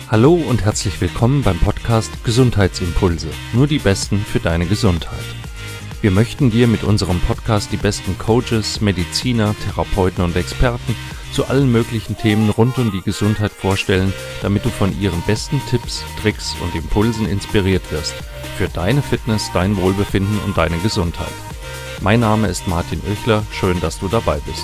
Hallo und herzlich willkommen beim Podcast Gesundheitsimpulse, nur die Besten für deine Gesundheit. Wir möchten dir mit unserem Podcast die besten Coaches, Mediziner, Therapeuten und Experten zu allen möglichen Themen rund um die Gesundheit vorstellen, damit du von ihren besten Tipps, Tricks und Impulsen inspiriert wirst für deine Fitness, dein Wohlbefinden und deine Gesundheit. Mein Name ist Martin Oechler, schön, dass du dabei bist.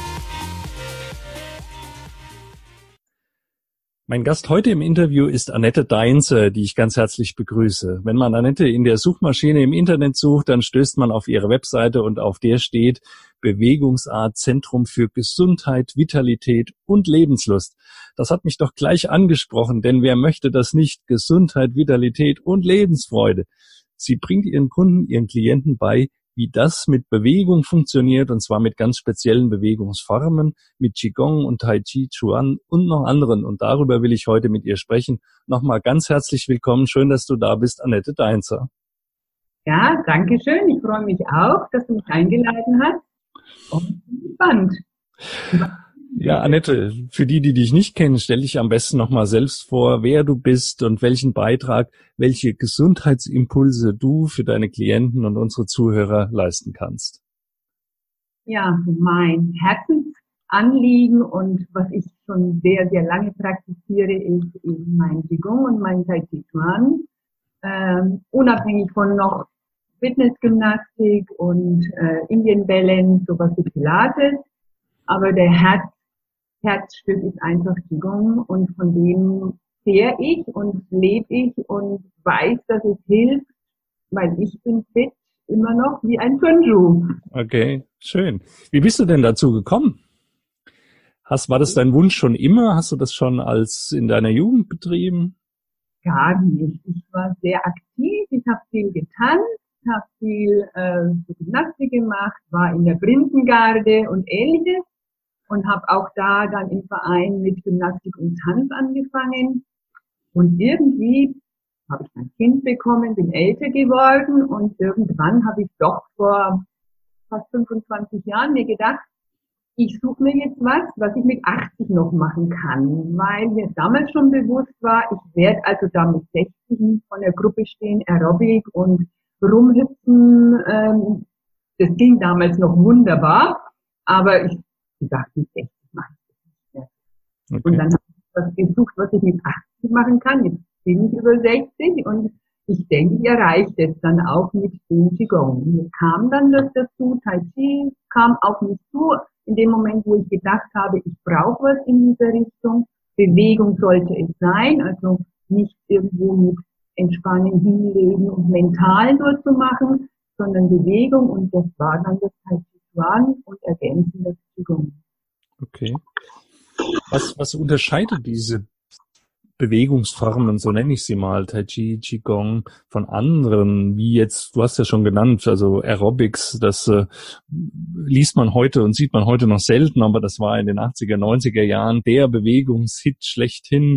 Mein Gast heute im Interview ist Annette Deinze, die ich ganz herzlich begrüße. Wenn man Annette in der Suchmaschine im Internet sucht, dann stößt man auf ihre Webseite und auf der steht Bewegungsart Zentrum für Gesundheit, Vitalität und Lebenslust. Das hat mich doch gleich angesprochen, denn wer möchte das nicht? Gesundheit, Vitalität und Lebensfreude. Sie bringt ihren Kunden, ihren Klienten bei, wie das mit Bewegung funktioniert, und zwar mit ganz speziellen Bewegungsformen, mit Qigong und Tai Chi Chuan und noch anderen. Und darüber will ich heute mit ihr sprechen. Nochmal ganz herzlich willkommen. Schön, dass du da bist, Annette Deinze. Ja, danke schön. Ich freue mich auch, dass du mich eingeladen hast. Und bin gespannt. Ja, Annette, für die dich nicht kennen, stell dich am besten nochmal selbst vor, wer du bist und welchen Beitrag, welche Gesundheitsimpulse du für deine Klienten und unsere Zuhörer leisten kannst. Ja, mein Herzensanliegen und was ich schon sehr, sehr lange praktiziere, ist eben mein Qigong und mein Tai Chi Chuan. Unabhängig von noch Fitnessgymnastik und Indian Balance, sowas wie Pilates. Aber der Herzstück ist einfach Qigong und von dem sehe ich und lebe ich und weiß, dass es hilft, weil ich bin fit immer noch wie ein Turnschuh. Okay, schön. Wie bist du denn dazu gekommen? War das dein Wunsch schon immer? Hast du das schon in deiner Jugend betrieben? Gar nicht. Ich war sehr aktiv, ich habe viel getanzt, habe viel Gymnastik gemacht, war in der Prinzengarde und Ähnliches. Und habe auch da dann im Verein mit Gymnastik und Tanz angefangen. Und irgendwie habe ich ein Kind bekommen, bin älter geworden und irgendwann habe ich doch vor fast 25 Jahren mir gedacht, ich suche mir jetzt was ich mit 80 noch machen kann, weil mir damals schon bewusst war, ich werde also da mit 60 von der Gruppe stehen, Aerobic und rumhüpfen. Das ging damals noch wunderbar, aber ich dachte, mit 60 mache ich das nicht mehr. Okay. Und dann habe ich was gesucht, was ich mit 80 machen kann. Jetzt bin ich über 60 und ich denke, ich erreiche das dann auch mit dem Qigong. Mir kam dann das dazu, Tai Chi kam auf mich zu, in dem Moment, wo ich gedacht habe, ich brauche was in dieser Richtung. Bewegung sollte es sein, also nicht irgendwo mit Entspannen, Hinlegen und mental nur zu machen, sondern Bewegung, und das war dann das Tai Chi Chuan und ergänzen das Qigong. Okay. Was unterscheidet diese Bewegungsformen, so nenne ich sie mal, Tai Chi, Qigong, von anderen, wie jetzt, du hast ja schon genannt, also Aerobics, das liest man heute und sieht man heute noch selten, aber das war in den 80er, 90er Jahren der Bewegungshit schlechthin.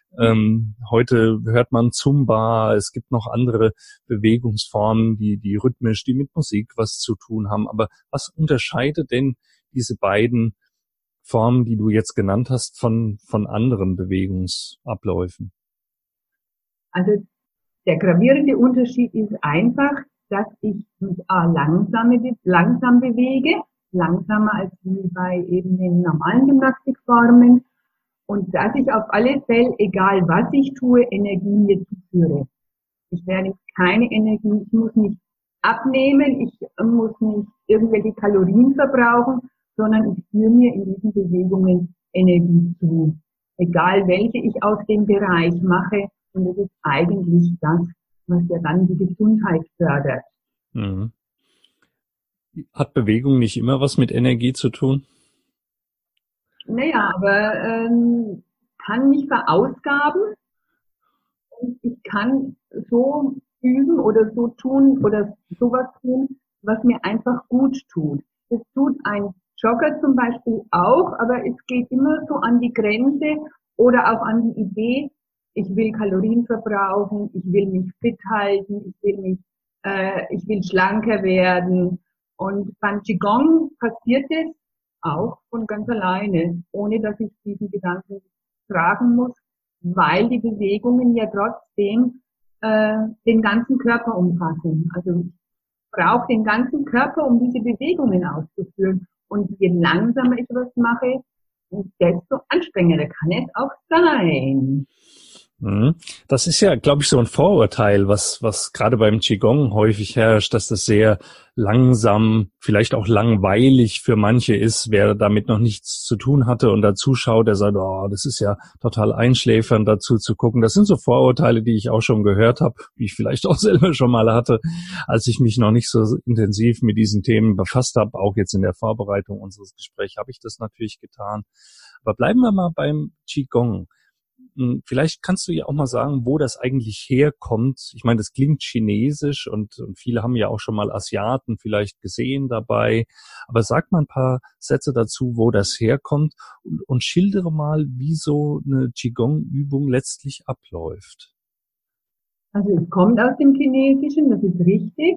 Heute hört man Zumba, es gibt noch andere Bewegungsformen, die rhythmisch, die mit Musik was zu tun haben. Aber was unterscheidet denn diese beiden Formen, die du jetzt genannt hast, von anderen Bewegungsabläufen? Also der gravierende Unterschied ist einfach, dass ich mich langsam bewege, langsamer als wie bei eben den normalen Gymnastikformen, und dass ich auf alle Fälle, egal was ich tue, Energie mir zuführe. Ich werde keine Energie, ich muss nicht abnehmen, ich muss nicht irgendwelche Kalorien verbrauchen, sondern ich führe mir in diesen Bewegungen Energie zu. Egal welche ich aus dem Bereich mache. Und das ist eigentlich das, was ja dann die Gesundheit fördert. Mhm. Hat Bewegung nicht immer was mit Energie zu tun? Naja, aber kann mich verausgaben und ich kann so üben oder so tun oder sowas tun, was mir einfach gut tut. Das tut ein Jogger zum Beispiel auch, aber es geht immer so an die Grenze oder auch an die Idee, ich will Kalorien verbrauchen, ich will mich fit halten, ich will schlanker werden. Und beim Qigong passiert es auch von ganz alleine, ohne dass ich diesen Gedanken tragen muss. weil die Bewegungen ja trotzdem den ganzen Körper umfassen. Also ich brauche den ganzen Körper, um diese Bewegungen auszuführen. Und je langsamer ich was mache, desto anstrengender kann es auch sein. Das ist ja, glaube ich, so ein Vorurteil, was gerade beim Qigong häufig herrscht, dass das sehr langsam, vielleicht auch langweilig für manche ist, wer damit noch nichts zu tun hatte und da zuschaut, der sagt, oh, das ist ja total einschläfernd, dazu zu gucken. Das sind so Vorurteile, die ich auch schon gehört habe, die ich vielleicht auch selber schon mal hatte, als ich mich noch nicht so intensiv mit diesen Themen befasst habe. Auch jetzt in der Vorbereitung unseres Gesprächs habe ich das natürlich getan. Aber bleiben wir mal beim Qigong. Vielleicht kannst du ja auch mal sagen, wo das eigentlich herkommt. Ich meine, das klingt chinesisch und viele haben ja auch schon mal Asiaten vielleicht gesehen dabei. Aber sag mal ein paar Sätze dazu, wo das herkommt und schildere mal, wie so eine Qigong-Übung letztlich abläuft. Also es kommt aus dem Chinesischen, das ist richtig.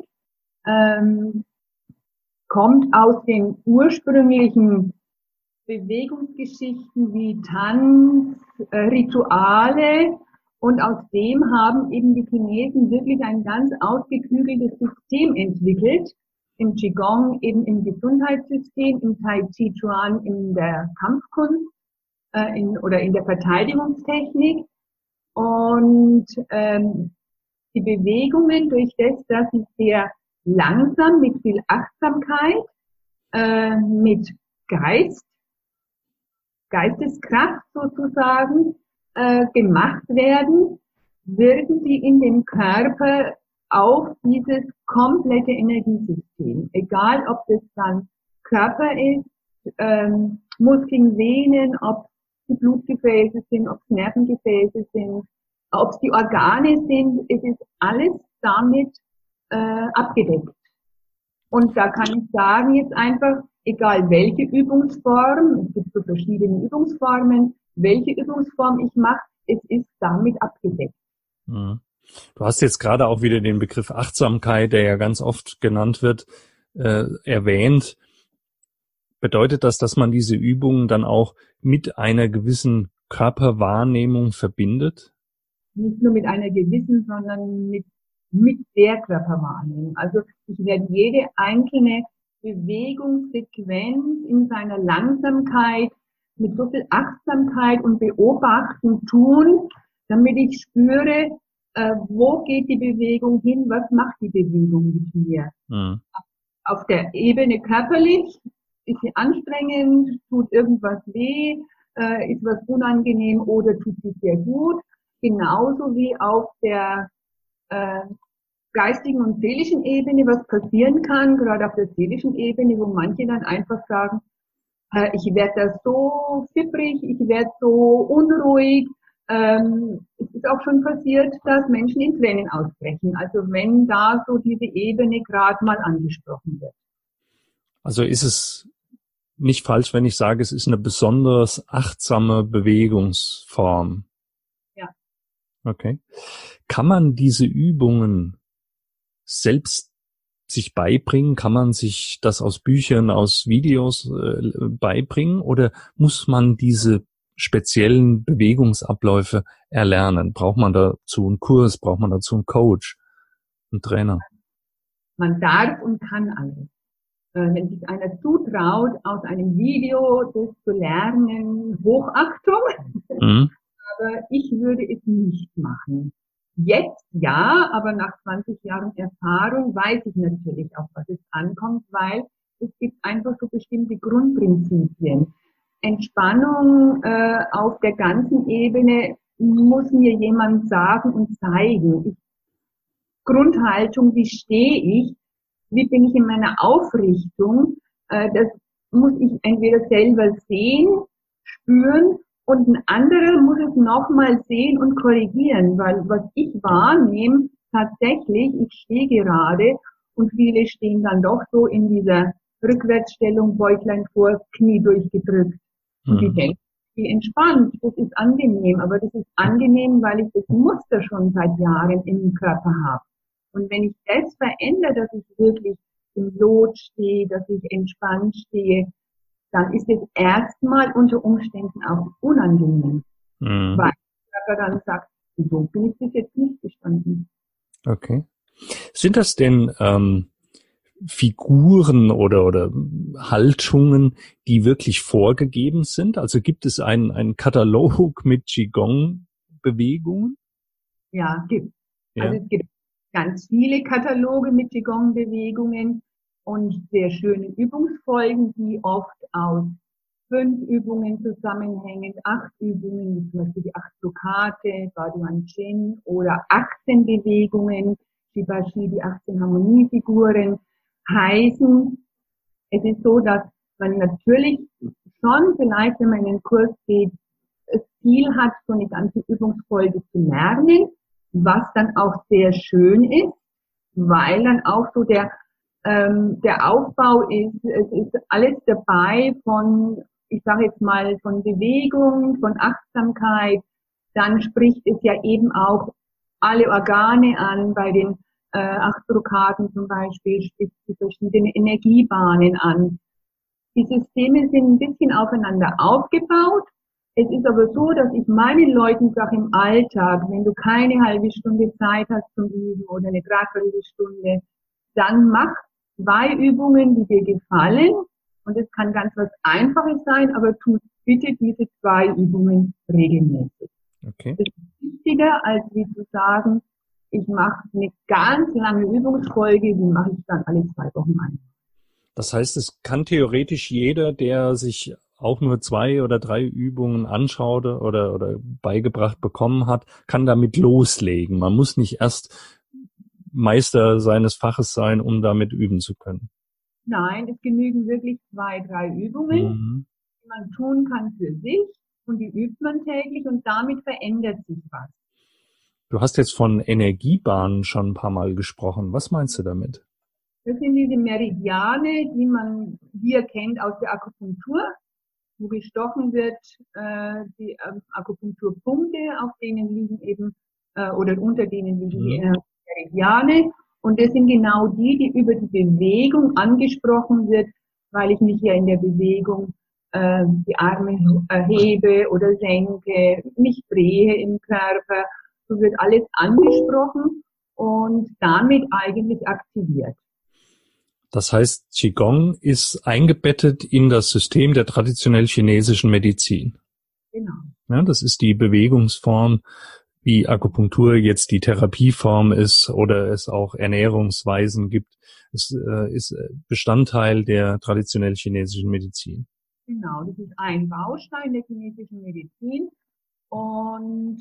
Kommt aus den ursprünglichen Bewegungsgeschichten wie Tanz, Rituale, und aus dem haben eben die Chinesen wirklich ein ganz ausgeklügeltes System entwickelt. Im Qigong eben im Gesundheitssystem, im Tai Chi Chuan in der Kampfkunst oder in der Verteidigungstechnik. Und die Bewegungen durch das, dass sie sehr langsam mit viel Achtsamkeit, mit Geisteskraft sozusagen gemacht werden, wirken sie in dem Körper auf dieses komplette Energiesystem. Egal, ob das dann Körper ist, Muskeln, Sehnen, ob es die Blutgefäße sind, ob es Nervengefäße sind, ob es die Organe sind, es ist alles damit abgedeckt. Und da kann ich sagen jetzt einfach, egal welche Übungsform, es gibt so verschiedene Übungsformen, welche Übungsform ich mache, es ist damit abgedeckt. Du hast jetzt gerade auch wieder den Begriff Achtsamkeit, der ja ganz oft genannt wird, erwähnt. Bedeutet das, dass man diese Übungen dann auch mit einer gewissen Körperwahrnehmung verbindet? Nicht nur mit einer gewissen, sondern mit der Körperwahrnehmung. Also ich werde jede einzelne Bewegungssequenz in seiner Langsamkeit mit so viel Achtsamkeit und Beobachten tun, damit ich spüre, wo geht die Bewegung hin, was macht die Bewegung mit mir. Mhm. Auf der Ebene körperlich, ist sie anstrengend, tut irgendwas weh, ist was unangenehm oder tut sie sehr gut. Genauso wie auf der geistigen und seelischen Ebene, was passieren kann, gerade auf der seelischen Ebene, wo manche dann einfach sagen, ich werde da so fiebrig, ich werde so unruhig. Es ist auch schon passiert, dass Menschen in Tränen ausbrechen. Also wenn da so diese Ebene gerade mal angesprochen wird. Also ist es nicht falsch, wenn ich sage, es ist eine besonders achtsame Bewegungsform. Ja. Okay. Kann man diese Übungen selbst sich beibringen? Kann man sich das aus Büchern, aus Videos beibringen? Oder muss man diese speziellen Bewegungsabläufe erlernen? Braucht man dazu einen Kurs? Braucht man dazu einen Coach, einen Trainer? Man darf und kann alles. Wenn sich einer zutraut, aus einem Video das zu lernen, Hochachtung. Mhm. Aber ich würde es nicht machen. Jetzt ja, aber nach 20 Jahren Erfahrung weiß ich natürlich, auf was es ankommt, weil es gibt einfach so bestimmte Grundprinzipien. Entspannung auf der ganzen Ebene muss mir jemand sagen und zeigen. Grundhaltung, wie stehe ich, wie bin ich in meiner Aufrichtung, das muss ich entweder selber sehen, spüren, und ein anderer muss es nochmal sehen und korrigieren, weil was ich wahrnehme, tatsächlich, ich stehe gerade und viele stehen dann doch so in dieser Rückwärtsstellung, Bäuchlein vor, Knie durchgedrückt. Und die denken, wie entspannt, das ist angenehm, aber das ist angenehm, weil ich das Muster schon seit Jahren im Körper habe. Und wenn ich das verändere, dass ich wirklich im Lot stehe, dass ich entspannt stehe, dann ist es erstmal unter Umständen auch unangenehm, weil der Körper dann sagt, so bin ich bis jetzt nicht gestanden. Okay. Sind das denn Figuren oder Haltungen, die wirklich vorgegeben sind? Also gibt es einen Katalog mit Qigong-Bewegungen? Ja, gibt. Also Ja. es gibt ganz viele Kataloge mit Qigong-Bewegungen und sehr schöne Übungsfolgen, die oft aus 5 Übungen zusammenhängen, 8 Übungen, wie zum Beispiel die 8 Blockade, Baduan Chin oder 18 Bewegungen, Shibashi, die 18 Harmoniefiguren, heißen, es ist so, dass man natürlich schon vielleicht, wenn man in den Kurs geht, das Ziel hat, so eine ganze Übungsfolge zu lernen, was dann auch sehr schön ist, weil dann auch so der Aufbau ist, es ist alles dabei von, ich sage jetzt mal, von Bewegung, von Achtsamkeit, dann spricht es ja eben auch alle Organe an, bei den 8 Blockaden zum Beispiel spricht die verschiedenen Energiebahnen an. Die Systeme sind ein bisschen aufeinander aufgebaut. Es ist aber so, dass ich meinen Leuten sage im Alltag, wenn du keine halbe Stunde Zeit hast zum Üben oder eine Dreiviertelstunde, dann mach 2 Übungen, die dir gefallen. Und es kann ganz was Einfaches sein, aber tu bitte diese 2 Übungen regelmäßig. Okay. Das ist wichtiger, als wie zu sagen, ich mache eine ganz lange Übungsfolge, die mache ich dann alle 2 Wochen ein. Das heißt, es kann theoretisch jeder, der sich auch nur 2 oder 3 Übungen anschaut oder beigebracht bekommen hat, kann damit loslegen. Man muss nicht erst Meister seines Faches sein, um damit üben zu können. Nein, es genügen wirklich 2, 3 Übungen, die man tun kann für sich und die übt man täglich und damit verändert sich was. Du hast jetzt von Energiebahnen schon ein paar Mal gesprochen. Was meinst du damit? Das sind diese Meridiane, die man hier kennt aus der Akupunktur, wo gestochen wird, die Akupunkturpunkte, auf denen liegen eben, oder unter denen liegen die Meridiane. Und das sind genau die über die Bewegung angesprochen wird, weil ich mich ja in der Bewegung die Arme hebe oder senke, mich drehe im Körper. So wird alles angesprochen und damit eigentlich aktiviert. Das heißt, Qigong ist eingebettet in das System der traditionell chinesischen Medizin. Genau. Ja, das ist die Bewegungsform, wie Akupunktur jetzt die Therapieform ist oder es auch Ernährungsweisen gibt. Es ist Bestandteil der traditionell chinesischen Medizin. Genau, das ist ein Baustein der chinesischen Medizin und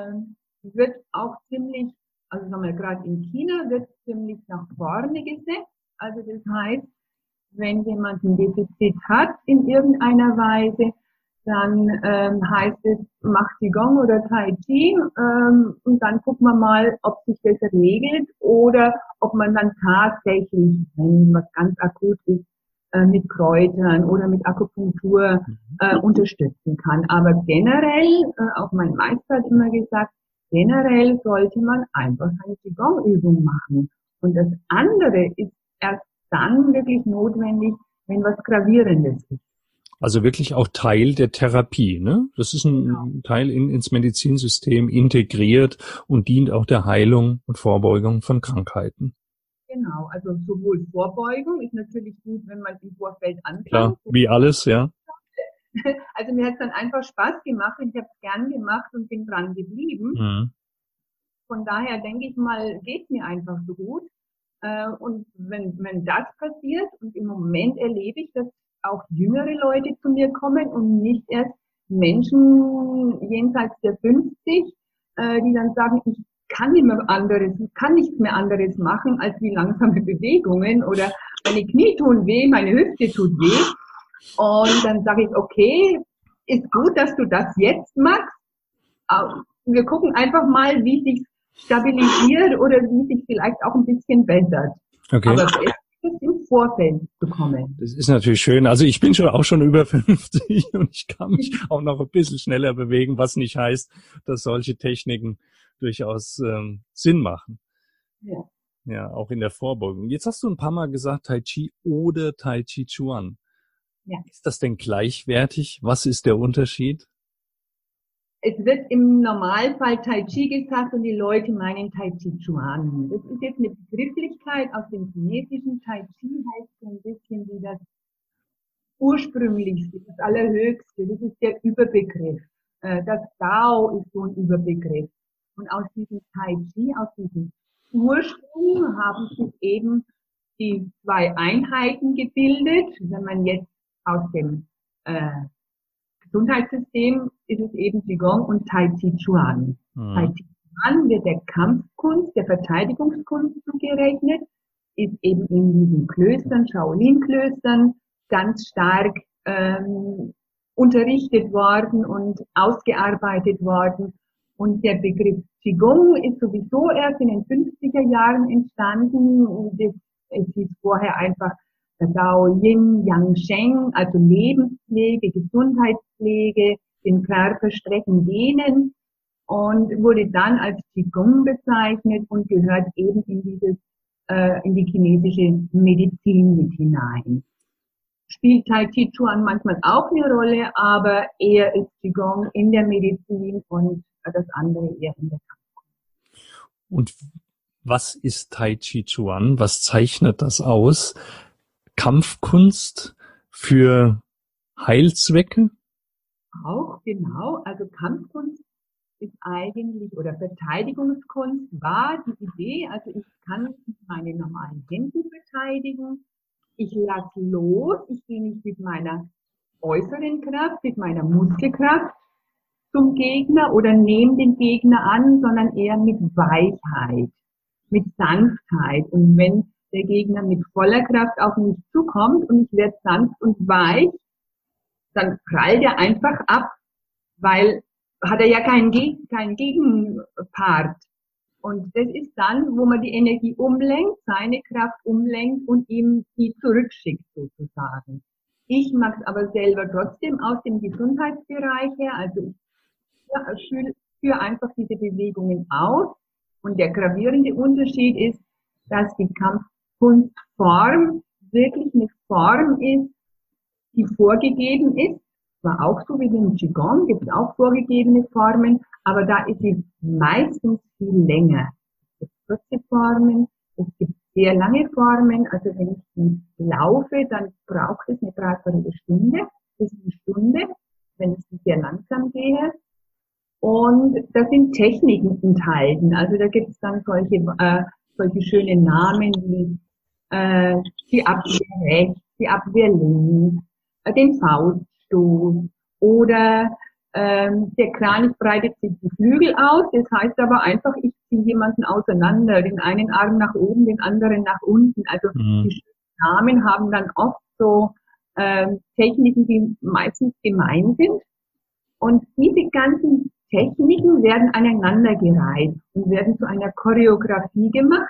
wird auch ziemlich, also sagen wir gerade in China, wird ziemlich nach vorne gesetzt. Also das heißt, wenn jemand ein Defizit hat in irgendeiner Weise, dann heißt es, mach Qigong oder Tai Chi und dann gucken wir mal, ob sich das regelt oder ob man dann tatsächlich, wenn was ganz akut ist, mit Kräutern oder mit Akupunktur unterstützen kann. Aber generell, auch mein Meister hat immer gesagt, generell sollte man einfach eine Qigong-Übung machen. Und das andere ist erst dann wirklich notwendig, wenn was Gravierendes ist. Also wirklich auch Teil der Therapie, ne? Das ist ein Teil ins Medizinsystem integriert und dient auch der Heilung und Vorbeugung von Krankheiten. Genau, also sowohl Vorbeugung ist natürlich gut, wenn man im Vorfeld anfängt. Klar, wie alles, ja. Also mir hat es dann einfach Spaß gemacht und ich habe es gern gemacht und bin dran geblieben. Mhm. Von daher denke ich mal, geht mir einfach so gut. Und wenn das passiert, und im Moment erlebe ich, dass auch jüngere Leute zu mir kommen und nicht erst Menschen jenseits der 50, die dann sagen, ich kann nicht mehr anderes, kann nichts mehr anderes machen als wie langsame Bewegungen oder meine Knie tun weh, meine Hüfte tut weh. Und dann sage ich, okay, ist gut, dass du das jetzt machst. Wir gucken einfach mal, wie sich stabilisiert oder wie sich vielleicht auch ein bisschen bessert. Okay. Aber besser ist im Vorfeld zu kommen. Das ist natürlich schön. Also ich bin auch schon über 50 und ich kann mich auch noch ein bisschen schneller bewegen, was nicht heißt, dass solche Techniken durchaus Sinn machen. Ja. Ja, auch in der Vorbeugung. Jetzt hast du ein paar Mal gesagt Tai Chi oder Tai Chi Chuan. Ja. Ist das denn gleichwertig? Was ist der Unterschied? Es wird im Normalfall Tai Chi gesagt und die Leute meinen Tai Chi Chuan. Das ist jetzt eine Begrifflichkeit aus dem chinesischen. Tai Chi heißt so ein bisschen wie das Ursprünglichste, das Allerhöchste. Das ist der Überbegriff. Das Dao ist so ein Überbegriff. Und aus diesem Tai Chi, aus diesem Ursprung haben sich eben die zwei Einheiten gebildet. Wenn man jetzt aus dem Gesundheitssystem ist es eben Qigong und Tai Chi Chuan. Tai Chi Chuan wird der Kampfkunst, der Verteidigungskunst zugerechnet, ist eben in diesen Klöstern, Shaolin-Klöstern, ganz stark unterrichtet worden und ausgearbeitet worden. Und der Begriff Qigong ist sowieso erst in den 50er Jahren entstanden. Es hieß vorher einfach Dao Yin, Yang Sheng, also Lebenspflege, Gesundheitspflege, den Körper strecken, dehnen und wurde dann als Qigong bezeichnet und gehört eben in die chinesische Medizin mit hinein. Spielt Tai Chi Chuan manchmal auch eine Rolle, aber eher ist Qigong in der Medizin und das andere eher in der Kampfkunst. Und was ist Tai Chi Chuan? Was zeichnet das aus? Kampfkunst für Heilzwecke? Auch, genau. Also Kampfkunst ist eigentlich, oder Verteidigungskunst war die Idee, also ich kann mich mit meinen normalen Händen verteidigen. Ich lasse los, ich gehe nicht mit meiner äußeren Kraft, mit meiner Muskelkraft zum Gegner oder nehme den Gegner an, sondern eher mit Weichheit, mit Sanftheit. Und wenn der Gegner mit voller Kraft auf mich zukommt und ich werde sanft und weich, dann prallt er einfach ab, weil hat er ja keinen Gegenpart. Und das ist dann, wo man die Energie umlenkt, seine Kraft umlenkt und ihm die zurückschickt sozusagen. Ich mache es aber selber trotzdem aus dem Gesundheitsbereich her, also ich führe einfach diese Bewegungen aus. Und der gravierende Unterschied ist, dass die Kampfkunstform wirklich eine Form ist, die vorgegeben ist. Zwar auch so wie im Qigong, gibt es auch vorgegebene Formen, aber da ist sie meistens viel länger. Es gibt kurze Formen, es gibt sehr lange Formen. Also wenn ich laufe, dann braucht es eine Dreiviertelstunde bis eine Stunde, wenn ich sehr langsam gehe. Und da sind Techniken enthalten. Also da gibt es dann solche schönen Namen wie die Abwehr rechts, die Abwehr links, den Fauststoß oder der Kranich breitet sich die Flügel aus. Das heißt aber einfach, ich ziehe jemanden auseinander, den einen Arm nach oben, den anderen nach unten. Also die Namen haben dann oft so Techniken, die meistens gemein sind. Und diese ganzen Techniken werden aneinandergereiht und werden zu einer Choreografie gemacht.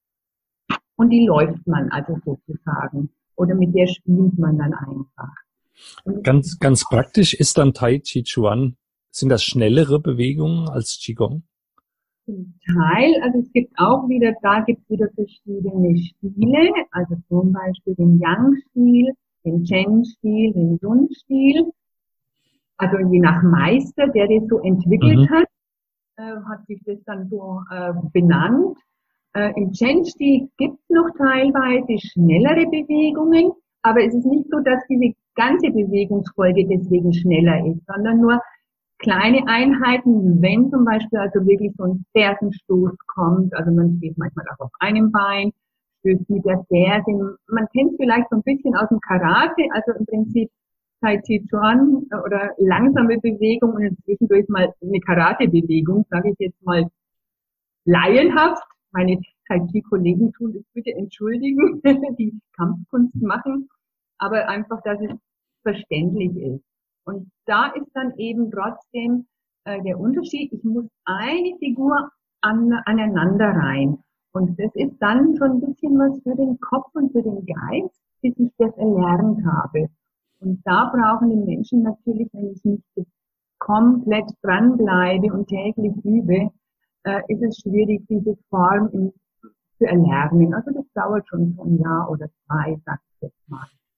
Und die läuft man also sozusagen. Oder mit der spielt man dann einfach. Ganz praktisch ist dann Tai Chi Chuan. Sind das schnellere Bewegungen als Qigong? Zum Teil, also es gibt auch wieder, da gibt es wieder verschiedene Stile, also zum Beispiel den Yang-Stil, den Chen-Stil, den Sun-Stil. Also je nach Meister, der das so entwickelt hat, hat sich das dann so benannt. Im Chen-Stil gibt es noch teilweise schnellere Bewegungen, aber es ist nicht so, dass diese ganze Bewegungsfolge deswegen schneller ist, sondern nur kleine Einheiten, wenn zum Beispiel also wirklich so ein Fersenstoß kommt, also man steht manchmal auch auf einem Bein, stößt mit der Ferse, man kennt es vielleicht so ein bisschen aus dem Karate, also im Prinzip Tai Chi Chuan oder langsame Bewegung und zwischendurch mal eine Karate-Bewegung, sage ich jetzt mal laienhaft. Meine Tai Chi-Kollegen tun das bitte entschuldigen, die Kampfkunst machen, aber einfach, dass es verständlich ist. Und da ist dann eben trotzdem der Unterschied, ich muss eine Figur aneinander rein. Und das ist dann schon ein bisschen was für den Kopf und für den Geist, bis ich das erlernt habe. Und da brauchen die Menschen natürlich, wenn ich nicht komplett dranbleibe und täglich übe, ist es schwierig, diese Form zu erlernen. Also das dauert schon so ein Jahr oder zwei, sag ich jetzt mal.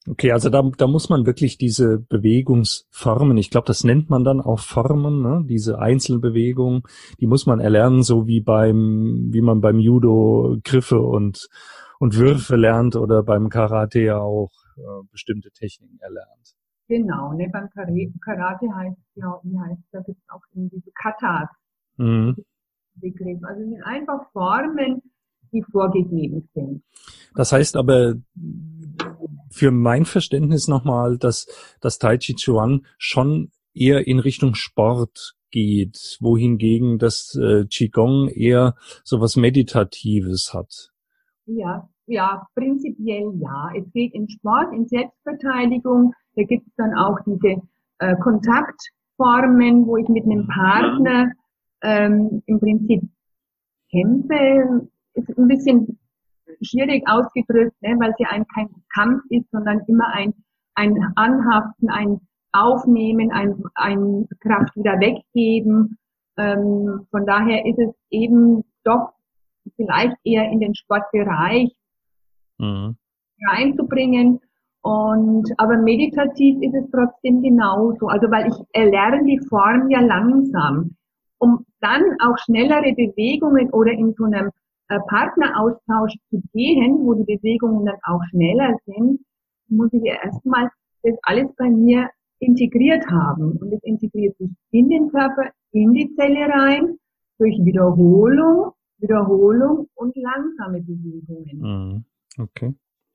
Okay, also da muss man wirklich diese Bewegungsformen, ich glaube, das nennt man dann auch Formen, ne? Diese Einzelbewegungen, die muss man erlernen, so wie man beim Judo Griffe und Würfe lernt oder beim Karate ja auch bestimmte Techniken erlernt. Genau, ne, beim Karate heißt ja, wie heißt, da gibt es auch diese Katas, Mhm. Begriff. Also es sind einfach Formen, die vorgegeben sind. Das heißt aber für mein Verständnis nochmal, dass das Tai Chi Chuan schon eher in Richtung Sport geht, wohingegen das Qigong eher sowas Meditatives hat. Ja, ja, prinzipiell ja. Es geht in Sport, in Selbstverteidigung. Da gibt es dann auch diese Kontaktformen, wo ich mit einem Partner im Prinzip kämpfe. Ist ein bisschen schwierig ausgedrückt, ne, weil es ja kein Kampf ist, sondern immer ein Anhaften, ein Aufnehmen, ein Kraft wieder weggeben. Von daher ist es eben doch vielleicht eher in den Sportbereich Mhm. reinzubringen. Aber meditativ ist es trotzdem genauso. Also weil ich erlerne die Form ja langsam, um dann auch schnellere Bewegungen oder in so einem Partneraustausch zu gehen, wo die Bewegungen dann auch schneller sind, muss ich ja erstmal das alles bei mir integriert haben. Und es integriert sich in den Körper, in die Zelle rein, durch Wiederholung und langsame Bewegungen. Mhm. Okay.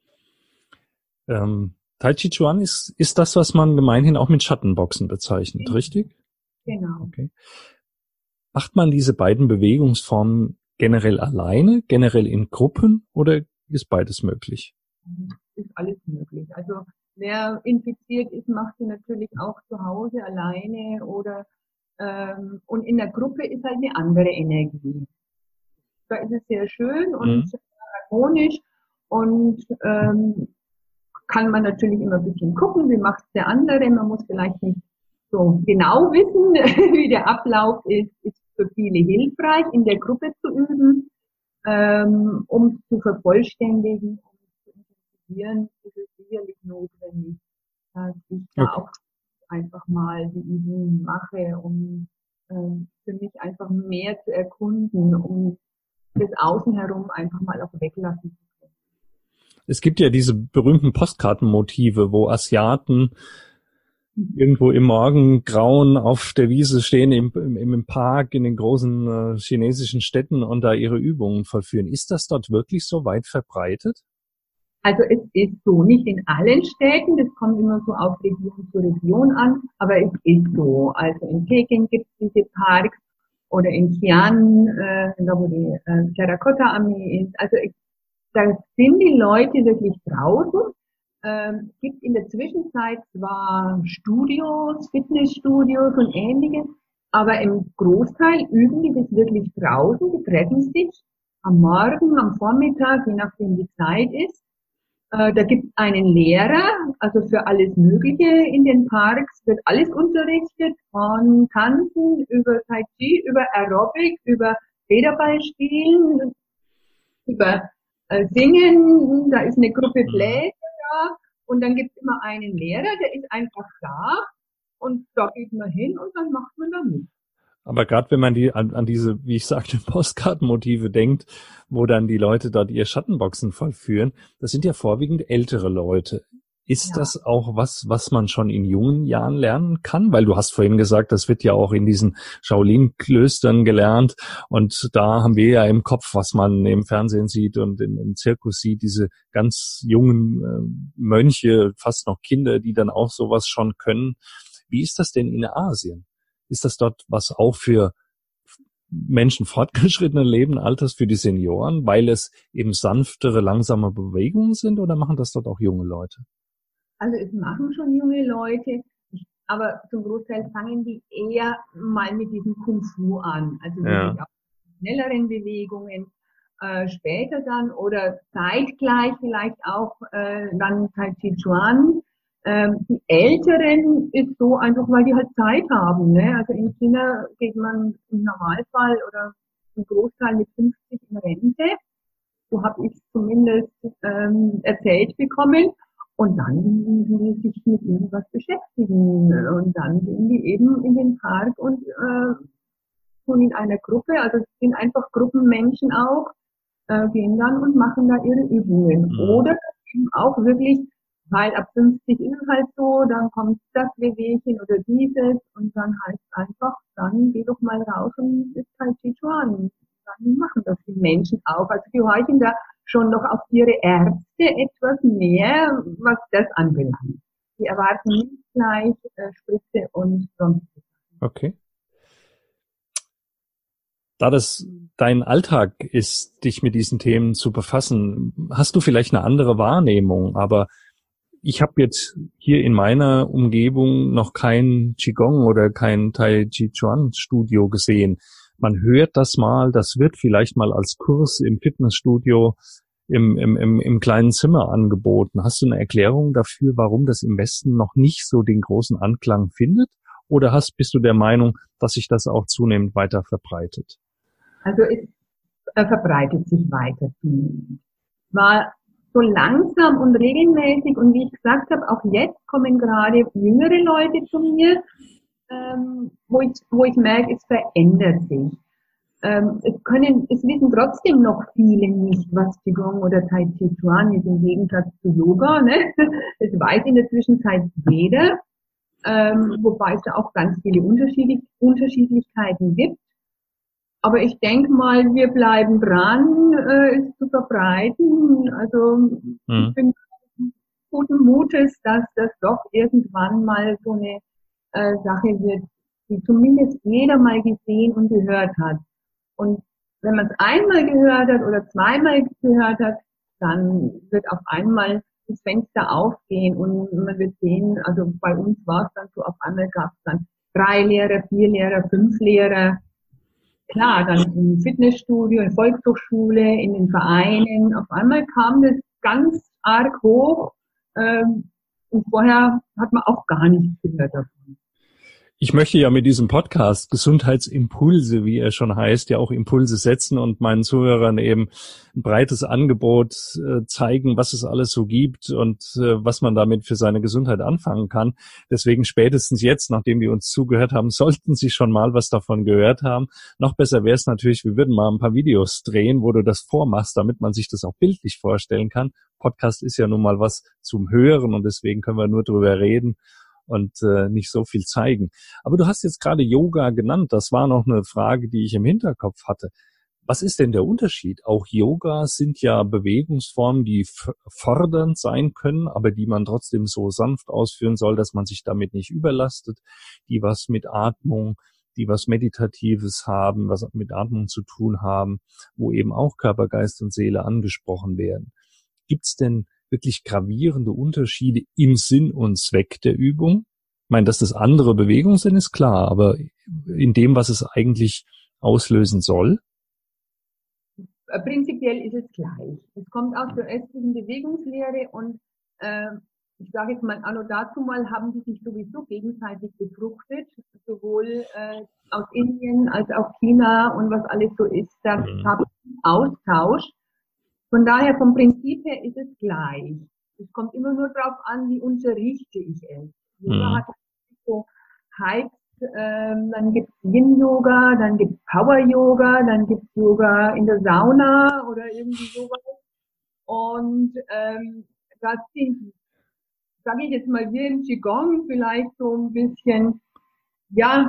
Tai Chi Chuan ist das, was man gemeinhin auch mit Schattenboxen bezeichnet, richtig? Genau. Okay. Macht man diese beiden Bewegungsformen generell alleine, generell in Gruppen oder ist beides möglich? Ist alles möglich. Also wer infiziert ist, macht sie natürlich auch zu Hause alleine oder und in der Gruppe ist halt eine andere Energie. Da ist es sehr schön und Mhm. harmonisch und kann man natürlich immer ein bisschen gucken, wie macht der andere. Man muss vielleicht nicht so genau wissen, wie der Ablauf ist. Ist für viele hilfreich, in der Gruppe zu üben, um zu vervollständigen, um zu intensivieren, ist es sicherlich notwendig, dass ich da Okay. auch einfach mal die Übungen mache, um für mich einfach mehr zu erkunden, um das Außen herum einfach mal auch weglassen zu können. Es gibt ja diese berühmten Postkartenmotive, wo Asiaten irgendwo im Morgengrauen auf der Wiese stehen, im Park, in den großen chinesischen Städten und da ihre Übungen vollführen. Ist das dort wirklich so weit verbreitet? Also es ist so, nicht in allen Städten, das kommt immer so auf Region zu Region an, aber es ist so. Also in Peking gibt es diese Parks oder in Xi'an, da wo die Terrakotta-Armee ist. Also da sind die Leute wirklich draußen. Gibt in der Zwischenzeit zwar Studios, Fitnessstudios und ähnliches, aber im Großteil üben die das wirklich draußen, die treffen sich am Morgen, am Vormittag, je nachdem wie Zeit ist. Da gibt es einen Lehrer, also für alles Mögliche in den Parks wird alles unterrichtet, von Tanzen über Tai Chi, über Aerobic, über Federballspielen, über Singen, da ist eine Gruppe Mhm. Bläser da und dann gibt es immer einen Lehrer, der ist einfach da und da geht man hin und dann macht man da mit. Aber gerade wenn man an diese, wie ich sagte, Postkartenmotive denkt, wo dann die Leute dort ihr Schattenboxen vollführen, das sind ja vorwiegend ältere Leute. Ist Ja. das auch was man schon in jungen Jahren lernen kann? Weil du hast vorhin gesagt, das wird ja auch in diesen Shaolin-Klöstern gelernt. Und da haben wir ja im Kopf, was man im Fernsehen sieht und im Zirkus sieht, diese ganz jungen Mönche, fast noch Kinder, die dann auch sowas schon können. Wie ist das denn in Asien? Ist das dort was auch für Menschen fortgeschrittenen Lebenalters, für die Senioren, weil es eben sanftere, langsame Bewegungen sind, oder machen das dort auch junge Leute? Also es machen schon junge Leute, aber zum Großteil fangen die eher mal mit diesem Kung Fu an, also wirklich Ja. auch schnelleren Bewegungen, später dann oder zeitgleich vielleicht auch dann Tai Chi Chuan. Die Älteren ist so einfach, weil die halt Zeit haben. Ne? Also in China geht man im Normalfall oder im Großteil mit 50 in Rente. So habe ich zumindest erzählt bekommen. Und dann die sich mit irgendwas beschäftigen. Und dann gehen die eben in den Park und tun in einer Gruppe, also es sind einfach Gruppenmenschen auch, gehen dann und machen da ihre Übungen. Mhm. Oder eben auch wirklich, weil ab 50 ist es halt so, dann kommt das Wehwehchen oder dieses und dann heißt es einfach, dann geh doch mal raus und ist halt Chi Chuan. Dann machen das die Menschen auch. Also die horchen da schon noch auf ihre Ärzte etwas mehr, was das anbelangt. Die erwarten nicht gleich Spritze und sonstiges. Okay. Da das dein Alltag ist, dich mit diesen Themen zu befassen, hast du vielleicht eine andere Wahrnehmung, aber ich habe jetzt hier in meiner Umgebung noch kein Qigong oder kein Tai Chi Chuan Studio gesehen. Man hört das mal, das wird vielleicht mal als Kurs im Fitnessstudio im kleinen Zimmer angeboten. Hast du eine Erklärung dafür, warum das im Westen noch nicht so den großen Anklang findet? Oder bist du der Meinung, dass sich das auch zunehmend weiter verbreitet? Also es verbreitet sich weiter zunehmend. War so langsam und regelmäßig und wie ich gesagt habe, auch jetzt kommen gerade jüngere Leute zu mir, wo ich merke, es verändert sich. Es wissen trotzdem noch viele nicht, was Qigong oder Tai Chi Chuan ist im Gegensatz zu Yoga. Ne? Das weiß in der Zwischenzeit jeder, wobei es da auch ganz viele Unterschiedlichkeiten gibt. Aber ich denke mal, wir bleiben dran, es zu verbreiten. Also ich bin guten Mutes, dass das doch irgendwann mal so eine Sache wird, die zumindest jeder mal gesehen und gehört hat. Und wenn man es einmal gehört hat oder zweimal gehört hat, dann wird auf einmal das Fenster aufgehen und man wird sehen, also bei uns war es dann so, auf einmal gab es dann 3 Lehrer, 4 Lehrer, 5 Lehrer. Klar, dann im Fitnessstudio, in der Volkshochschule, in den Vereinen. Auf einmal kam das ganz arg hoch und vorher hat man auch gar nichts gehört davon. Ich möchte ja mit diesem Podcast Gesundheitsimpulse, wie er schon heißt, ja auch Impulse setzen und meinen Zuhörern eben ein breites Angebot zeigen, was es alles so gibt und was man damit für seine Gesundheit anfangen kann. Deswegen spätestens jetzt, nachdem wir uns zugehört haben, sollten Sie schon mal was davon gehört haben. Noch besser wäre es natürlich, wir würden mal ein paar Videos drehen, wo du das vormachst, damit man sich das auch bildlich vorstellen kann. Podcast ist ja nun mal was zum Hören und deswegen können wir nur drüber reden und nicht so viel zeigen. Aber du hast jetzt gerade Yoga genannt. Das war noch eine Frage, die ich im Hinterkopf hatte. Was ist denn der Unterschied? Auch Yoga sind ja Bewegungsformen, die fordernd sein können, aber die man trotzdem so sanft ausführen soll, dass man sich damit nicht überlastet, die was mit Atmung, die was Meditatives haben, was mit Atmung zu tun haben, wo eben auch Körper, Geist und Seele angesprochen werden. Gibt's denn wirklich gravierende Unterschiede im Sinn und Zweck der Übung? Ich meine, dass das andere Bewegungen sind, ist klar, aber in dem, was es eigentlich auslösen soll? Prinzipiell ist es gleich. Es kommt aus der östlichen Bewegungslehre und ich sage jetzt mal, anno dazu mal haben die sich sowieso gegenseitig befruchtet, sowohl aus Indien als auch China und was alles so ist. Da gab es Austausch. Von daher, vom Prinzip her ist es gleich. Es kommt immer nur darauf an, wie unterrichte ich es. Yoga hat so Hypes, dann gibt es Yin-Yoga, dann gibt es Power-Yoga, dann gibt es Yoga in der Sauna oder irgendwie sowas. Und das sind, sage ich jetzt mal, wir im Qigong vielleicht so ein bisschen, ja,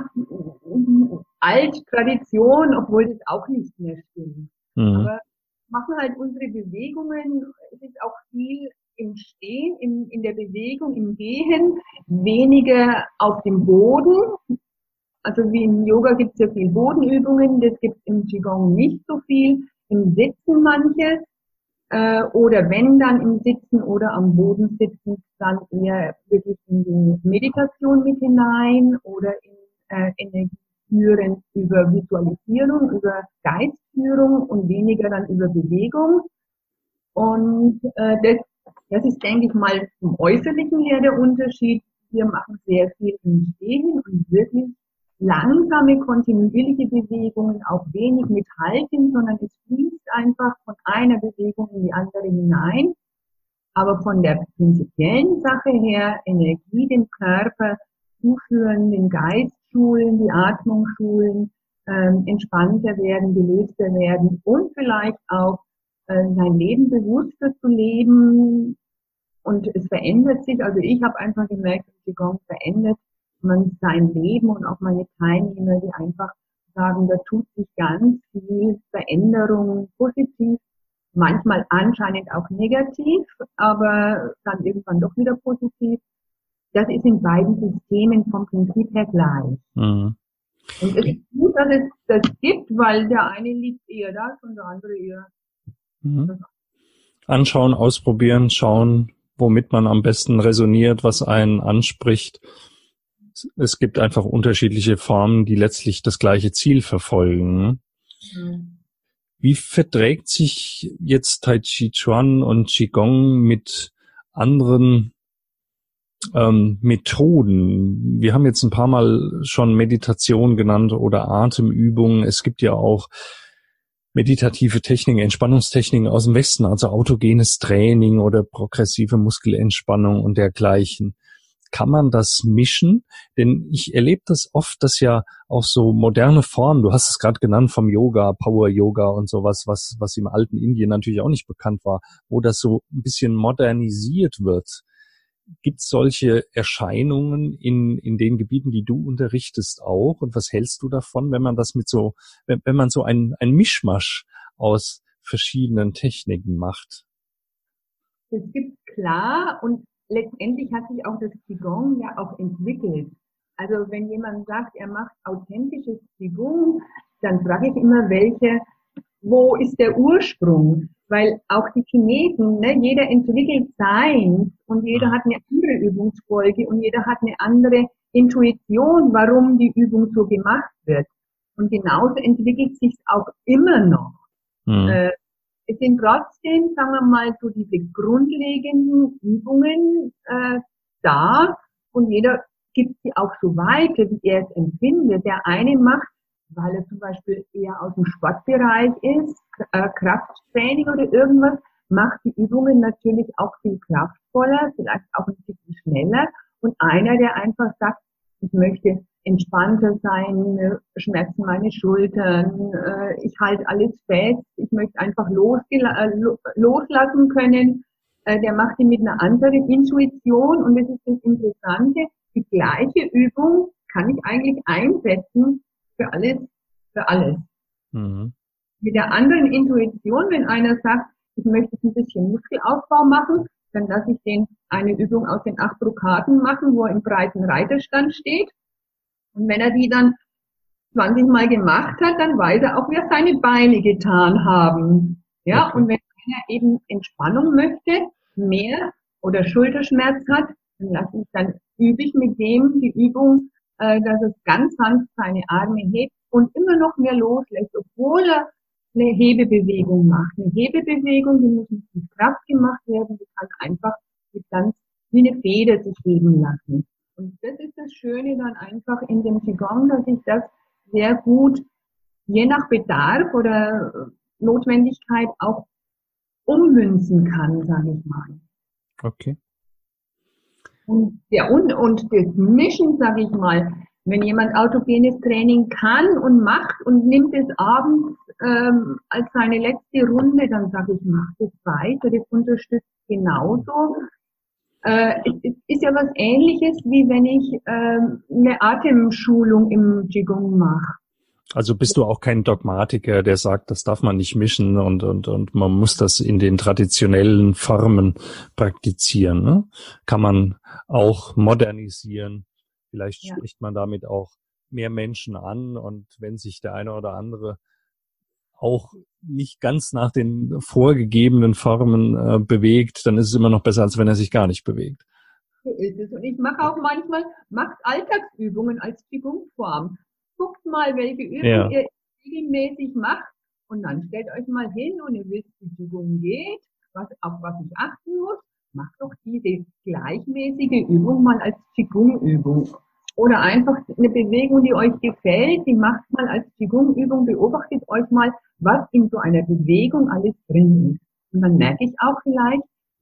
Alt-Tradition, obwohl das auch nicht mehr stimmt. Aber machen halt unsere Bewegungen, es ist auch viel im Stehen, in der Bewegung, im Gehen, weniger auf dem Boden. Also wie im Yoga gibt es ja viel Bodenübungen, das gibt es im Qigong nicht so viel. Im Sitzen manches, oder wenn dann im Sitzen oder am Boden sitzen, dann eher wirklich in die Meditation mit hinein oder in Energie führen über Visualisierung, über Geistführung und weniger dann über Bewegung. Und das ist, denke ich mal, zum Äußerlichen her der Unterschied. Wir machen sehr viel im Stehen und wirklich langsame, kontinuierliche Bewegungen, auch wenig mit Halten, sondern es fließt einfach von einer Bewegung in die andere hinein. Aber von der prinzipiellen Sache her, Energie dem Körper zuführen, den Geist schulen, die Atmung schulen, entspannter werden, gelöster werden und vielleicht auch sein Leben bewusster zu leben. Und es verändert sich, also ich habe einfach gemerkt, dass Qigong verändert man sein Leben und auch meine Teilnehmer, die einfach sagen, da tut sich ganz viel Veränderung positiv, manchmal anscheinend auch negativ, aber dann irgendwann doch wieder positiv. Das ist in beiden Systemen vom Prinzip her gleich. Mhm. Und es ist gut, dass es das gibt, weil der eine liebt eher das und der andere eher das. Anschauen, ausprobieren, schauen, womit man am besten resoniert, was einen anspricht. Es gibt einfach unterschiedliche Formen, die letztlich das gleiche Ziel verfolgen. Mhm. Wie verträgt sich jetzt Tai Chi Chuan und Qigong mit anderen Methoden? Wir haben jetzt ein paar Mal schon Meditation genannt oder Atemübungen. Es gibt ja auch meditative Techniken, Entspannungstechniken aus dem Westen, also autogenes Training oder progressive Muskelentspannung und dergleichen. Kann man das mischen? Denn ich erlebe das oft, dass ja auch so moderne Formen, du hast es gerade genannt vom Yoga, Power Yoga und sowas, was im alten Indien natürlich auch nicht bekannt war, wo das so ein bisschen modernisiert wird. Gibt es solche Erscheinungen in den Gebieten, die du unterrichtest auch? Und was hältst du davon, wenn man das mit so, wenn man so ein Mischmasch aus verschiedenen Techniken macht? Es gibt klar und letztendlich hat sich auch das Qigong ja auch entwickelt. Also wenn jemand sagt, er macht authentisches Qigong, dann frage ich immer, wo ist der Ursprung? Weil auch die Chinesen, ne, jeder entwickelt seins und jeder hat eine andere Übungsfolge und jeder hat eine andere Intuition, warum die Übung so gemacht wird. Und genauso entwickelt sich auch immer noch. Es sind trotzdem, sagen wir mal, so diese grundlegenden Übungen da und jeder gibt sie auch so weiter, wie er es empfindet. Der eine macht, weil er zum Beispiel eher aus dem Sportbereich ist, Krafttraining oder irgendwas, macht die Übungen natürlich auch viel kraftvoller, vielleicht auch ein bisschen schneller. Und einer, der einfach sagt, ich möchte entspannter sein, schmerzen meine Schultern, ich halte alles fest, ich möchte einfach loslassen können, der macht die mit einer anderen Intuition und das ist das Interessante, die gleiche Übung kann ich eigentlich einsetzen für alles, für alles. Mhm. Mit der anderen Intuition, wenn einer sagt, ich möchte jetzt ein bisschen Muskelaufbau machen, dann lasse ich den eine Übung aus den 8 Brokaden machen, wo er im breiten Reiterstand steht. Und wenn er die dann 20 Mal gemacht hat, dann weiß er auch, wie er seine Beine getan haben. Ja, okay. Und wenn einer eben Entspannung möchte, mehr oder Schulterschmerz hat, dann übe ich mit dem die Übung, dass es ganz sanft seine Arme hebt und immer noch mehr loslässt, obwohl er eine Hebebewegung macht. Eine Hebebewegung, die muss nicht mit Kraft gemacht werden, die kann einfach wie eine Feder sich heben lassen. Und das ist das Schöne dann einfach in dem Qigong, dass ich das sehr gut, je nach Bedarf oder Notwendigkeit auch ummünzen kann, sage ich mal. Okay. Und das Mischen, sage ich mal, wenn jemand autogenes Training kann und macht und nimmt es abends als seine letzte Runde, dann sage ich, mach das weiter, das unterstützt genauso. Es ist ja was Ähnliches, wie wenn ich eine Atemschulung im Qigong mache. Also bist du auch kein Dogmatiker, der sagt, das darf man nicht mischen und man muss das in den traditionellen Formen praktizieren, ne? Kann man auch modernisieren. Vielleicht spricht man damit auch mehr Menschen an und wenn sich der eine oder andere auch nicht ganz nach den vorgegebenen Formen bewegt, dann ist es immer noch besser, als wenn er sich gar nicht bewegt. So ist es. Und ich mache auch manchmal, macht Alltagsübungen als Qigong-Form. Guckt mal, welche Übung ihr regelmäßig macht und dann stellt euch mal hin und ihr wisst, wie Qigong geht, auf was ich achten muss. Macht doch diese gleichmäßige Übung mal als Qigong-Übung. Oder einfach eine Bewegung, die euch gefällt, die macht mal als Qigong-Übung, beobachtet euch mal, was in so einer Bewegung alles drin ist. Und dann merke ich auch vielleicht,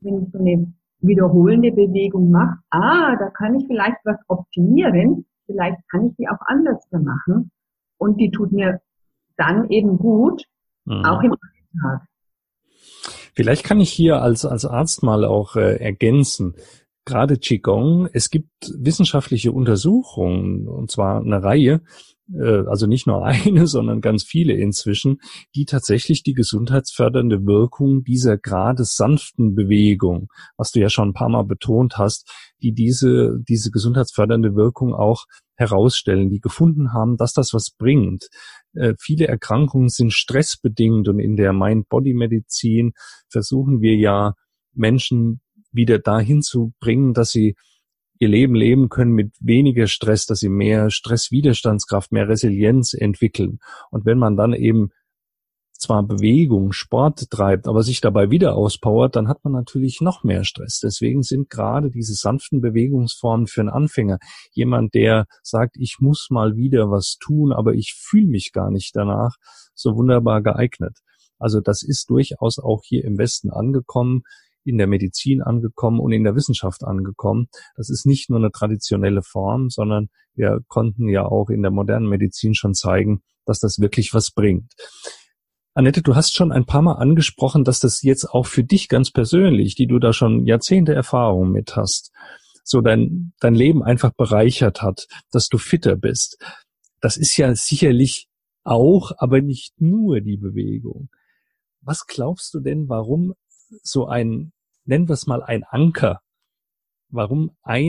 wenn ich so eine wiederholende Bewegung mache, da kann ich vielleicht was optimieren, vielleicht kann ich die auch anders machen und die tut mir dann eben gut, auch Mhm. im Alltag. Vielleicht kann ich hier als Arzt mal auch ergänzen. Gerade Qigong, es gibt wissenschaftliche Untersuchungen, und zwar eine Reihe, also nicht nur eine, sondern ganz viele inzwischen, die tatsächlich die gesundheitsfördernde Wirkung dieser gerade sanften Bewegung, was du ja schon ein paar Mal betont hast, die diese gesundheitsfördernde Wirkung auch herausstellen, die gefunden haben, dass das was bringt. Viele Erkrankungen sind stressbedingt und in der Mind-Body-Medizin versuchen wir ja Menschen wieder dahin zu bringen, dass sie ihr Leben leben können mit weniger Stress, dass sie mehr Stresswiderstandskraft, mehr Resilienz entwickeln. Und wenn man dann eben zwar Bewegung, Sport treibt, aber sich dabei wieder auspowert, dann hat man natürlich noch mehr Stress. Deswegen sind gerade diese sanften Bewegungsformen für einen Anfänger, jemand, der sagt, ich muss mal wieder was tun, aber ich fühle mich gar nicht danach, so wunderbar geeignet. Also das ist durchaus auch hier im Westen angekommen, in der Medizin angekommen und in der Wissenschaft angekommen. Das ist nicht nur eine traditionelle Form, sondern wir konnten ja auch in der modernen Medizin schon zeigen, dass das wirklich was bringt. Annette, du hast schon ein paar Mal angesprochen, dass das jetzt auch für dich ganz persönlich, die du da schon Jahrzehnte Erfahrung mit hast, so dein Leben einfach bereichert hat, dass du fitter bist. Das ist ja sicherlich auch, aber nicht nur die Bewegung. Was glaubst du denn, warum so nennen wir es mal ein Anker, warum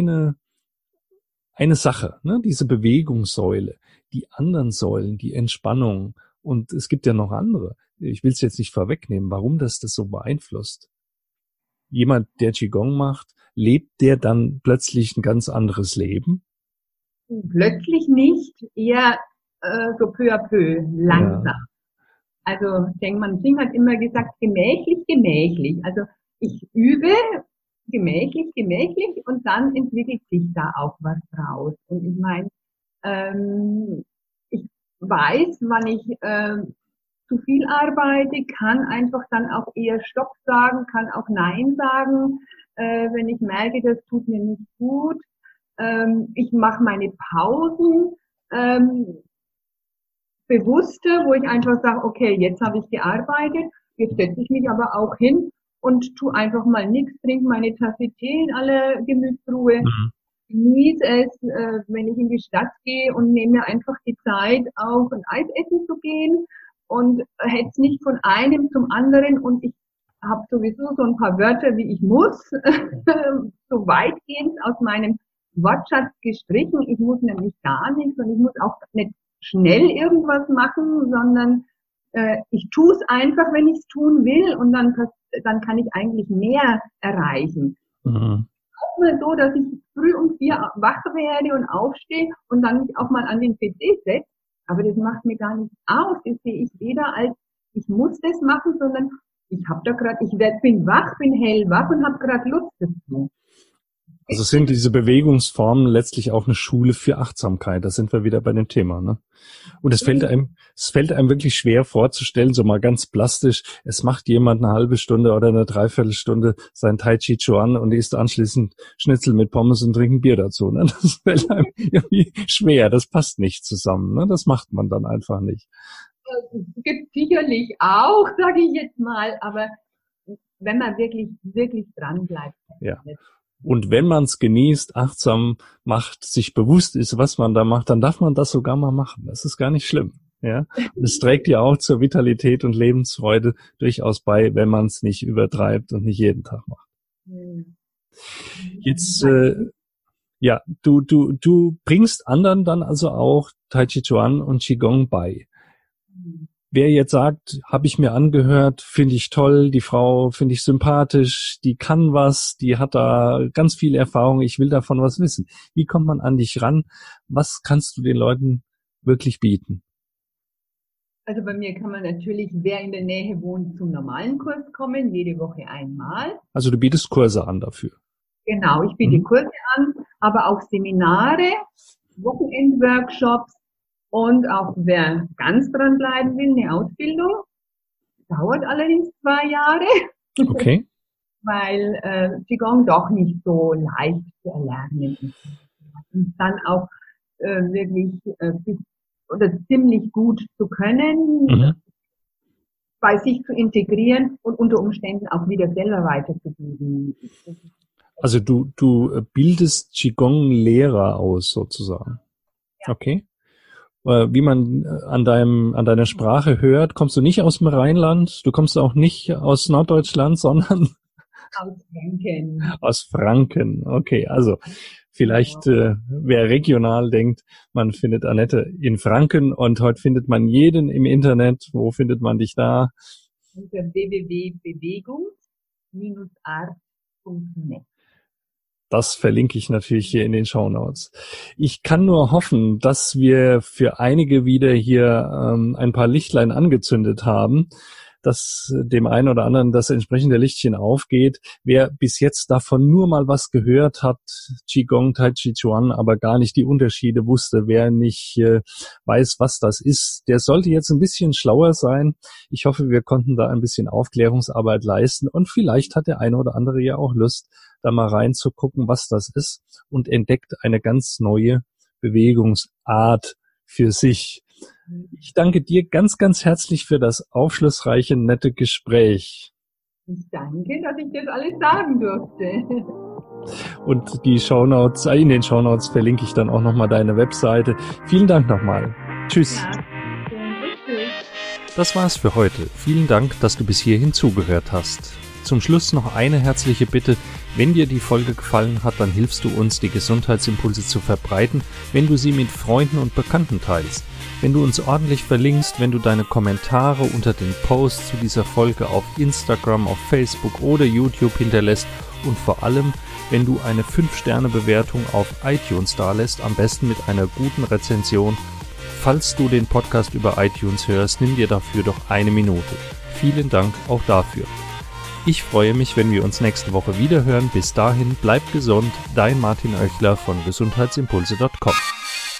eine Sache, ne, diese Bewegungssäule, die anderen Säulen, die Entspannung, und es gibt ja noch andere. Ich will es jetzt nicht vorwegnehmen, warum das so beeinflusst. Jemand, der Qigong macht, lebt der dann plötzlich ein ganz anderes Leben? Plötzlich nicht, eher so peu à peu, Ja. langsam. Also ich denke, man Singh hat immer gesagt, gemächlich, gemächlich. Also ich übe gemächlich, gemächlich und dann entwickelt sich da auch was draus. Und ich meine, ich weiß, wann ich zu viel arbeite, kann einfach dann auch eher Stopp sagen, kann auch Nein sagen, wenn ich merke, das tut mir nicht gut. Ich mache meine Pausen. Bewusste, wo ich einfach sage, okay, jetzt habe ich gearbeitet, jetzt setze ich mich aber auch hin und tu einfach mal nichts, trinke meine Tasse Tee in aller Gemütsruhe, Mhm. genieße es, wenn ich in die Stadt gehe und nehme mir einfach die Zeit, auch ein Eis essen zu gehen und hetze nicht von einem zum anderen und ich habe sowieso so ein paar Wörter, wie ich muss, so weitgehend aus meinem Wortschatz gestrichen. Ich muss nämlich gar nichts und ich muss auch nicht schnell irgendwas machen, sondern ich tue es einfach, wenn ich es tun will und dann kann ich eigentlich mehr erreichen. Mhm. Auch mal so, dass ich früh um 4 wach werde und aufstehe und dann mich auch mal an den PC setze, aber das macht mir gar nichts aus. Das sehe ich weder als, ich muss das machen, sondern ich habe da gerade, bin wach, bin hellwach und habe gerade Lust dazu. Also sind diese Bewegungsformen letztlich auch eine Schule für Achtsamkeit. Da sind wir wieder bei dem Thema, ne? Und es fällt einem wirklich schwer vorzustellen, so mal ganz plastisch, es macht jemand eine halbe Stunde oder eine Dreiviertelstunde sein Tai Chi Chuan und isst anschließend Schnitzel mit Pommes und trinkt ein Bier dazu, ne? Das fällt einem irgendwie schwer. Das passt nicht zusammen, ne? Das macht man dann einfach nicht. Gibt sicherlich auch, sage ich jetzt mal, aber wenn man wirklich, wirklich dran bleibt. Ja. Und wenn man es genießt, achtsam macht, sich bewusst ist, was man da macht, dann darf man das sogar mal machen. Das ist gar nicht schlimm. Ja, und es trägt ja auch zur Vitalität und Lebensfreude durchaus bei, wenn man es nicht übertreibt und nicht jeden Tag macht. Jetzt, ja, du bringst anderen dann also auch Tai Chi Chuan und Qigong bei. Wer jetzt sagt, habe ich mir angehört, finde ich toll, die Frau finde ich sympathisch, die kann was, die hat da ganz viel Erfahrung, ich will davon was wissen. Wie kommt man an dich ran? Was kannst du den Leuten wirklich bieten? Also bei mir kann man natürlich, wer in der Nähe wohnt, zum normalen Kurs kommen, jede Woche einmal. Also du bietest Kurse an dafür. Genau, ich biete Kurse an, aber auch Seminare, Wochenendworkshops und auch wer ganz dran bleiben will, eine Ausbildung. Dauert allerdings 2 Jahre. Okay. weil Qigong doch nicht so leicht zu erlernen ist. Und dann auch wirklich oder ziemlich gut zu können, bei sich zu integrieren und unter Umständen auch wieder selber weiterzugeben. Also du bildest Qigong-Lehrer aus sozusagen. Ja. Okay. Wie man an deiner Sprache hört, kommst du nicht aus dem Rheinland, du kommst auch nicht aus Norddeutschland, sondern aus Franken. Aus Franken. Okay, also vielleicht wer regional denkt, man findet Annette in Franken und heute findet man jeden im Internet. Wo findet man dich da? Unter www.bewegung-art.net. Das verlinke ich natürlich hier in den Shownotes. Ich kann nur hoffen, dass wir für einige wieder hier ein paar Lichtlein angezündet haben, dass dem einen oder anderen das entsprechende Lichtchen aufgeht. Wer bis jetzt davon nur mal was gehört hat, Qigong, Tai Chi Chuan, aber gar nicht die Unterschiede wusste, wer nicht weiß, was das ist, der sollte jetzt ein bisschen schlauer sein. Ich hoffe, wir konnten da ein bisschen Aufklärungsarbeit leisten und vielleicht hat der eine oder andere ja auch Lust, da mal reinzugucken, was das ist und entdeckt eine ganz neue Bewegungsart für sich. Ich danke dir ganz, ganz herzlich für das aufschlussreiche, nette Gespräch. Ich danke, dass ich das alles sagen durfte. Und die Shownotes, in den Shownotes verlinke ich dann auch nochmal deine Webseite. Vielen Dank nochmal. Tschüss. Ja, tschüss. Das war's für heute. Vielen Dank, dass du bis hierhin zugehört hast. Zum Schluss noch eine herzliche Bitte. Wenn dir die Folge gefallen hat, dann hilfst du uns, die Gesundheitsimpulse zu verbreiten, wenn du sie mit Freunden und Bekannten teilst. Wenn du uns ordentlich verlinkst, wenn du deine Kommentare unter den Posts zu dieser Folge auf Instagram, auf Facebook oder YouTube hinterlässt und vor allem, wenn du eine 5-Sterne-Bewertung auf iTunes dalässt, am besten mit einer guten Rezension. Falls du den Podcast über iTunes hörst, nimm dir dafür doch 1 Minute. Vielen Dank auch dafür. Ich freue mich, wenn wir uns nächste Woche wieder hören. Bis dahin, bleib gesund. Dein Martin Oechler von gesundheitsimpulse.com.